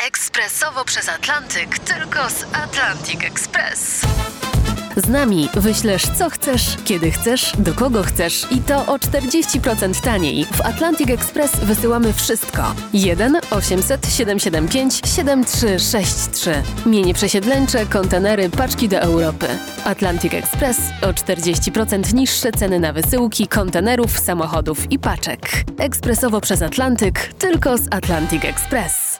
Ekspresowo przez Atlantyk, tylko z Atlantic Express. Z nami wyślesz co chcesz, kiedy chcesz, do kogo chcesz i to o 40% taniej. W Atlantic Express wysyłamy wszystko. 1 800 775 7363. Mienie przesiedleńcze, kontenery, paczki do Europy. Atlantic Express o 40% niższe ceny na wysyłki, kontenerów, samochodów i paczek. Ekspresowo przez Atlantyk, tylko z Atlantic Express.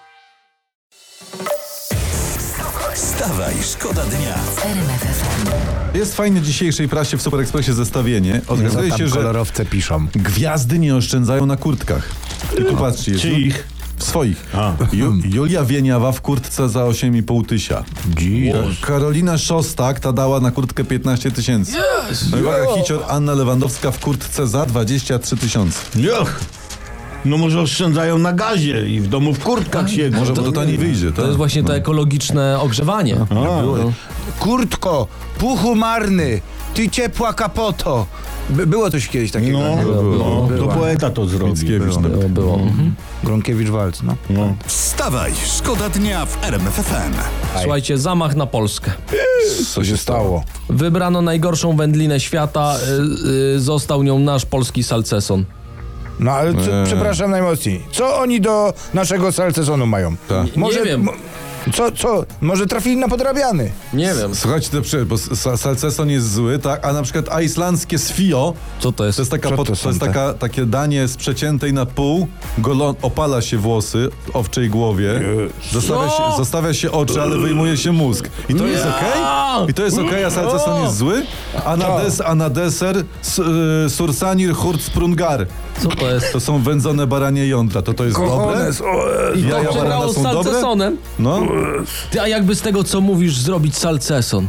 Wstawaj, szkoda dnia. Jest fajne w dzisiejszej prasie w Super Expressie zestawienie. Okazuje się, że kolorowce piszą. gwiazdy nie oszczędzają na kurtkach. I tu patrzcie. Jest Czyich? Swoich. Julia Wieniawa w kurtce za 8,5 tysiąca. Karolina Szostak ta dała na kurtkę 15 tysięcy. No i uwaga, hicior Anna Lewandowska w kurtce za 23 tysiące. Joch! No może oszczędzają na gazie i w domu w kurtkach siedzą. Może bo to taniej wyjdzie. To jest właśnie to ekologiczne ogrzewanie. Kurtko, puchu marny, ty ciepła kapoto. Było coś kiedyś takiego. To poeta to zrobił. Mickiewicz. Było. Gronkiewicz-Walc, no. Wstawaj, szkoda dnia w RMF FM. Słuchajcie, zamach na Polskę. Co się stało? Wybrano najgorszą wędlinę świata, został nią nasz polski salceson. No ale przepraszam najmocniej. Co oni do naszego salcesonu mają? Tak. Może, Nie wiem. Co? Może trafili na podrabiany? Nie wiem, Słuchajcie, bo salceson jest zły, tak? A na przykład islandzkie sfio co to jest. to jest, Co to są takie danie z przeciętej na pół, opala się włosy w owczej głowie, zostawia się oczy, ale wyjmuje się mózg. I to jest okej? I to jest okej, a salceson jest zły? A na deser sursanir hurtsprungar. Co to jest? To są wędzone baranie jądra. To jest dobre? I Jaja to barana przegrało z są dobre? salcesonem. No. Ty, a jakby z tego, co mówisz, zrobić salceson?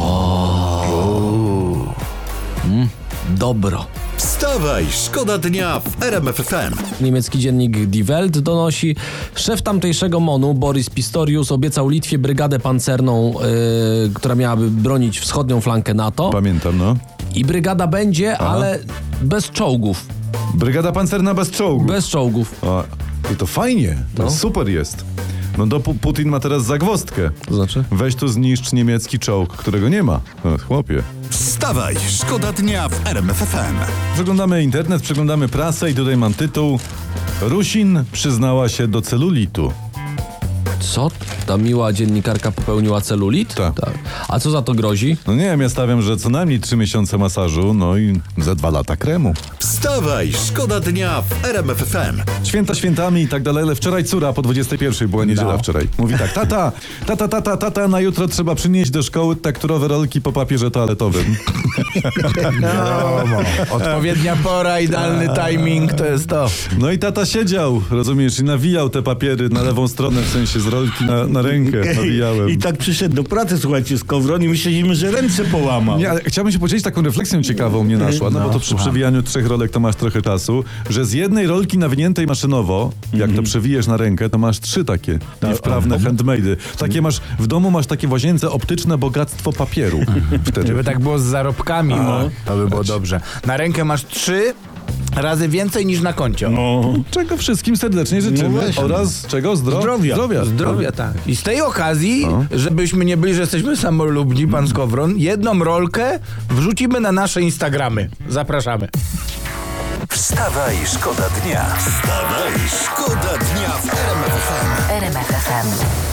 Dobro. Wstawaj, szkoda dnia w RMF FM. Niemiecki dziennik Die Welt donosi, szef tamtejszego MON-u, Boris Pistorius, obiecał Litwie brygadę pancerną, która miałaby bronić wschodnią flankę NATO. Pamiętam, no. I brygada będzie, ale bez czołgów. Brygada pancerna bez czołgu. Bez czołgów. O, i to fajnie, to super jest. No to Putin ma teraz zagwozdkę. To znaczy? Weź tu zniszcz niemiecki czołg, którego nie ma. No, chłopie. Wstawaj, szkoda dnia w RMF FM. Przeglądamy internet, przeglądamy prasę i tutaj mam tytuł: Rusin przyznała się do celulitu. Co? Ta miła dziennikarka popełniła celulit? Tak. A co za to grozi? No nie wiem, ja stawiam, że co najmniej 3 miesiące masażu, no i za 2 lata kremu. Wstawaj, szkoda dnia w RMF FM. Święta świętami i tak dalej, ale wczoraj córa po 21 była niedziela wczoraj. Mówi tak: tata, na jutro trzeba przynieść do szkoły tekturowe rolki po papierze toaletowym. Wiadomo. Odpowiednia pora, idealny timing, to jest to. No i tata siedział, rozumiesz, i nawijał te papiery na lewą stronę, w sensie z rolki na rękę nawijałem. I tak przyszedł do pracy, słuchajcie, z Kowron i myśleliśmy, że ręce połamał. Nie, ale chciałbym się podzielić taką refleksją ciekawą, mnie naszła, no bo to przy przewijaniu 3 rolek to masz trochę czasu, że z jednej rolki nawiniętej maszynowo, jak to przewijesz na rękę, to masz 3 takie niewprawne handmade'y. Takie masz, w domu masz takie w łazience optyczne bogactwo papieru. Wtedy. Żeby tak było z zarobkami, to by było dobrze. Na rękę masz 3 razy więcej niż na koncie. Czego wszystkim serdecznie życzymy oraz czego? Zdrowia, tak. I z tej okazji, żebyśmy nie byli, że jesteśmy samolubni, pan Skowron, jedną rolkę wrzucimy na nasze Instagramy. Zapraszamy. Wstawaj, szkoda dnia. Wstawaj, szkoda dnia w RMF FM. RMF FM.